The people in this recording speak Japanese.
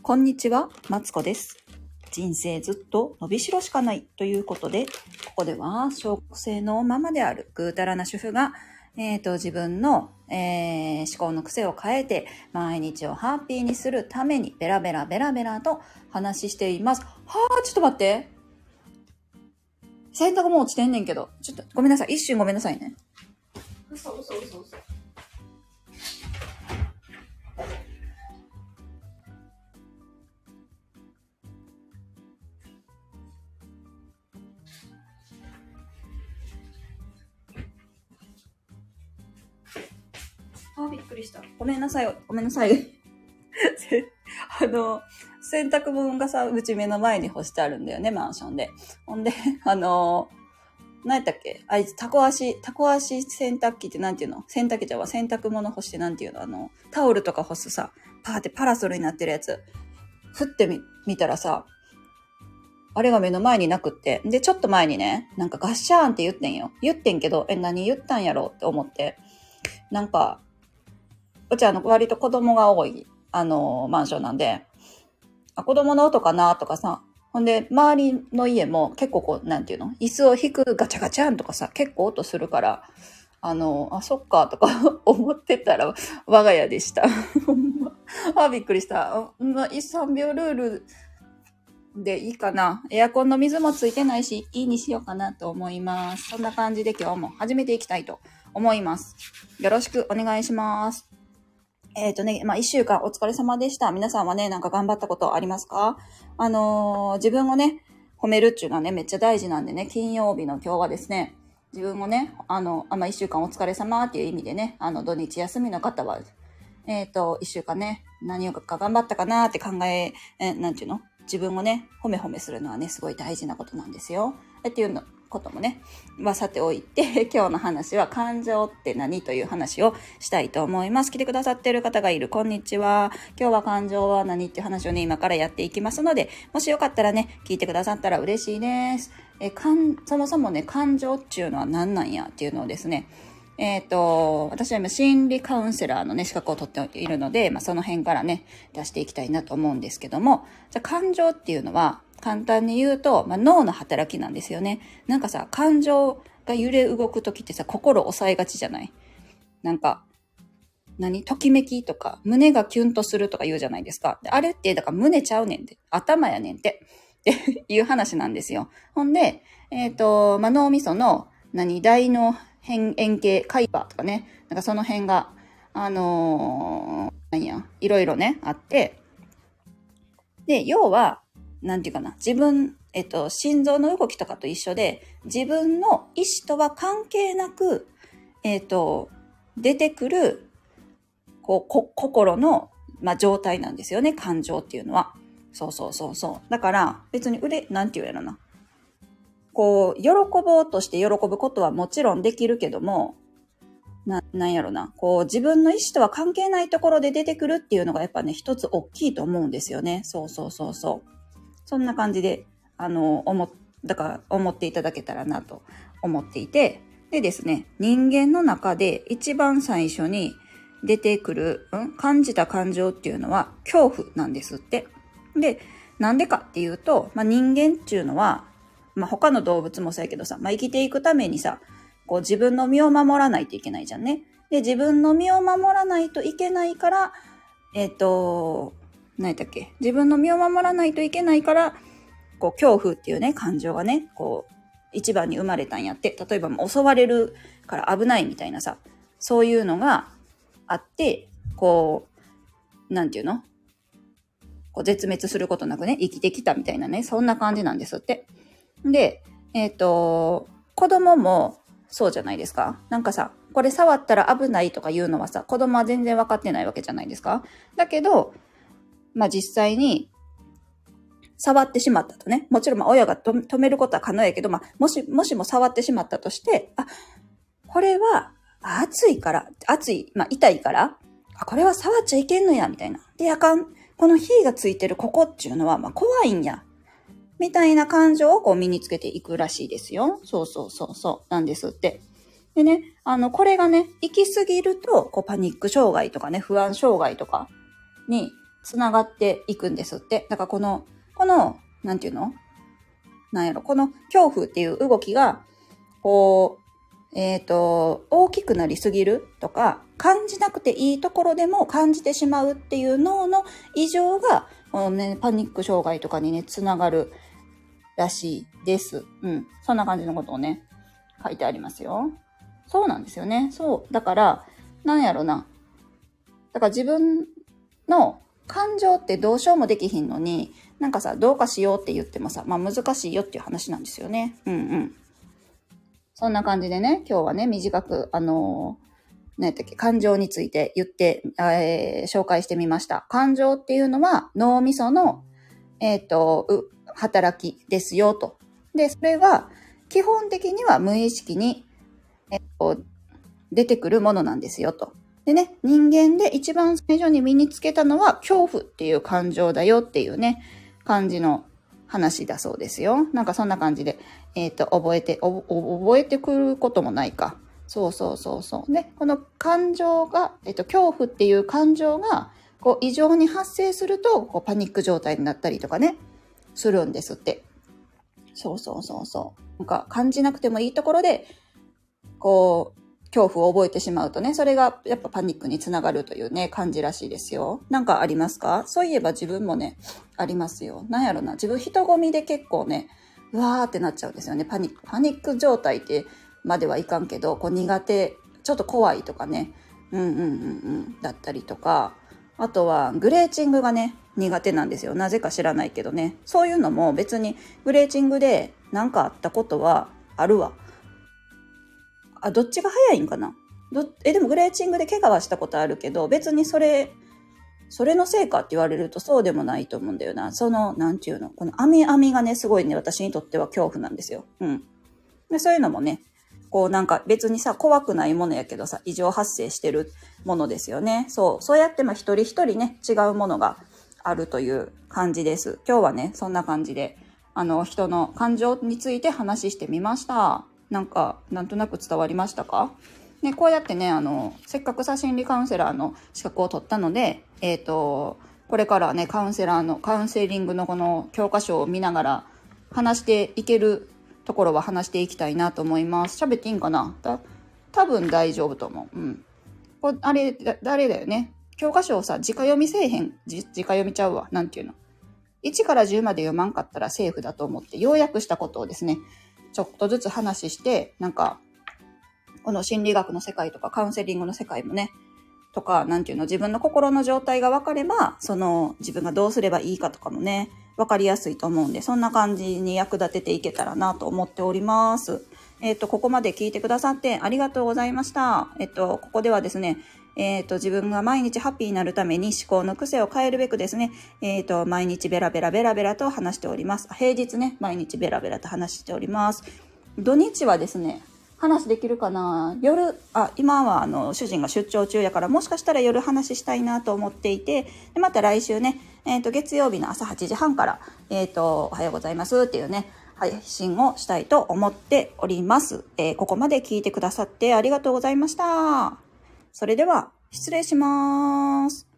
こんにちは、マツコです。人生ずっと伸びしろしかないということで、ここでは小学生のママであるぐうたらな主婦が、自分の、思考の癖を変えて毎日をハッピーにするためにベラベラと話しています。ちょっと待って。洗濯も落ちてんねんけど。ちょっとごめんなさい。一瞬ごめんなさいね。嘘。びっくりした。ごめんなさい。洗濯物がさ、うち目の前に干してあるんだよね、マンションで。ほんで、何やったっけあいつ、タコ足洗濯機ってなんていうの？洗濯機じゃわ、洗濯物干してなんていうの？タオルとか干すさ、パーってパラソルになってるやつ。振ってみたらさ、あれが目の前になくって。で、ちょっと前にね、なんかガッシャーンって言ってんよ。言ってんけど、何言ったんやろって思って。なんか、うち割と子供が多い、マンションなんで、子供の音かなとかさ、ほんで、周りの家も結構こう、なんていうの？椅子を引くガチャガチャンとかさ、結構音するから、そっかとか思ってたら我が家でした。びっくりした。3秒ルールでいいかな。エアコンの水もついてないし、いいにしようかなと思います。そんな感じで今日も始めていきたいと思います。よろしくお願いします。1週間お疲れ様でした。皆さんはね、なんか頑張ったことありますか？自分をね、褒めるっていうのはね、めっちゃ大事なんでね、金曜日の今日はですね、自分をね、1週間お疲れ様っていう意味でね、土日休みの方は、1週間ね、何をか頑張ったかなってなんていうの？自分をね、褒めするのはね、すごい大事なことなんですよ。っていうこともね、さておいて、今日の話は感情って何という話をしたいと思います。来てくださっている方がいる。こんにちは。今日は感情は何っていう話をね、今からやっていきますので、もしよかったらね、聞いてくださったら嬉しいです。そもそもね、感情っていうのは何なんやっていうのをですね、私は今心理カウンセラーのね、資格を取っているので、その辺からね、出していきたいなと思うんですけども、じゃあ感情っていうのは、簡単に言うと、脳の働きなんですよね。なんかさ、感情が揺れ動くときってさ、心を抑えがちじゃない？なんか、ときめきとか、胸がキュンとするとか言うじゃないですか。であれって、だから胸ちゃうねんで、頭やねんってっていう話なんですよ。ほんで、脳みその、大脳円形海馬とかね、なんかその辺が、いろいろね、あって、で、要は、なんていうかな、心臓の動きとかと一緒で、自分の意思とは関係なく、出てくる、心の、状態なんですよね、感情っていうのは。そう。だから、別になんていうやろな。喜ぼうとして喜ぶことはもちろんできるけども、なんやろな。自分の意思とは関係ないところで出てくるっていうのがやっぱね、一つ大きいと思うんですよね。そう。そんな感じで、思っていただけたらなと思っていて、でですね、人間の中で一番最初に出てくる、感じた感情っていうのは恐怖なんですって。で、なんでかっていうと、人間っていうのは、他の動物もそうやけどさ、生きていくためにさ、自分の身を守らないといけないじゃんね。で、自分の身を守らないといけないから、何やったっけ？自分の身を守らないといけないから、恐怖っていうね、感情がね、一番に生まれたんやって。例えば襲われるから危ないみたいなさ、そういうのがあって、なんていうの？絶滅することなくね、生きてきたみたいなね、そんな感じなんですって。で、子供もそうじゃないですか。なんかさ、これ触ったら危ないとかいうのはさ、子供は全然分かってないわけじゃないですか。だけど、実際に触ってしまったとね。もちろん親が止めることは可能やけど、もしも触ってしまったとして、これは痛いから、痛いから、これは触っちゃいけんのや、みたいな。で、この火がついてるここっていうのは、怖いんや。みたいな感情を身につけていくらしいですよ。そうなんですって。でね、これがね、行き過ぎると、パニック障害とかね、不安障害とかにつながっていくんですって。だからこの、なんていうのなんやろ、この恐怖っていう動きが、こう、大きくなりすぎるとか、感じなくていいところでも感じてしまうっていう脳の異常が、このね、パニック障害とかにね、つながるらしいです。うん。そんな感じのことをね、書いてありますよ。そうなんですよね。そう。だから、なんやろな。だから自分の感情ってどうしようもできひんのに、なんかさ、どうかしようって言ってもさ、まあ難しいよっていう話なんですよね。うんうん。そんな感じでね、今日はね、短く、何やったっけ、感情について言って、紹介してみました。感情っていうのは脳みその、働きですよと。で、それは基本的には無意識に、出てくるものなんですよと。でね、人間で一番最初に身につけたのは恐怖っていう感情だよっていうね、感じの話だそうですよ。なんかそんな感じで、覚えてくることもないか。そうそうそうそう。で、この感情が、恐怖っていう感情が、こう異常に発生すると、こうパニック状態になったりとかね、するんですって。そうそうそうそう。なんか感じなくてもいいところで、こう、恐怖を覚えてしまうとね、それがやっぱパニックにつながるというね、感じらしいですよ。なんかありますか？そういえば自分もね、ありますよ。なんやろな、自分人混みで結構ね、うわーってなっちゃうんですよね。パニック状態ってまではいかんけど、こう苦手、ちょっと怖いとかね、だったりとか、あとはグレーチングがね、苦手なんですよ。なぜか知らないけどね。そういうのも別にグレーチングで何かあったことはあるわ。どっちが早いんかな。でもグレーチングで怪我はしたことあるけど、別にそれのせいかって言われるとそうでもないと思うんだよな。なんていうの、この網がね、すごいね、私にとっては恐怖なんですよ。うん。で、そういうのもね、こうなんか別にさ、怖くないものやけどさ、異常発生してるものですよね。そうやって一人一人ね、違うものがあるという感じです。今日はね、そんな感じで、人の感情について話してみました。なんとなく伝わりましたか？ね、こうやってね、せっかくさ、心理カウンセラーの資格を取ったので、これからね、カウンセリングのこの教科書を見ながら話していけるところは話していきたいなと思います。喋っていいんかな？多分大丈夫と思う。うん。誰だよね。教科書をさ、直読みせえへん。直読みちゃうわ。なんていうの。1から10まで読まんかったらセーフだと思って、要約したことをですね、ちょっとずつ話して、なんか、この心理学の世界とかカウンセリングの世界もね、とか、なんていうの、自分の心の状態が分かれば、自分がどうすればいいかとかもね、分かりやすいと思うんで、そんな感じに役立てていけたらなと思っております。ここまで聞いてくださってありがとうございました。ここではですね、自分が毎日ハッピーになるために思考の癖を変えるべくですね、毎日ベラベラと話しております。平日ね、毎日ベラベラと話しております。土日はですね、話できるかな。今は主人が出張中やから、もしかしたら夜話したいなと思っていて、でまた来週ね、月曜日の朝8時半から、おはようございますっていうね、配信をしたいと思っております。ここまで聞いてくださってありがとうございました。それでは、失礼します。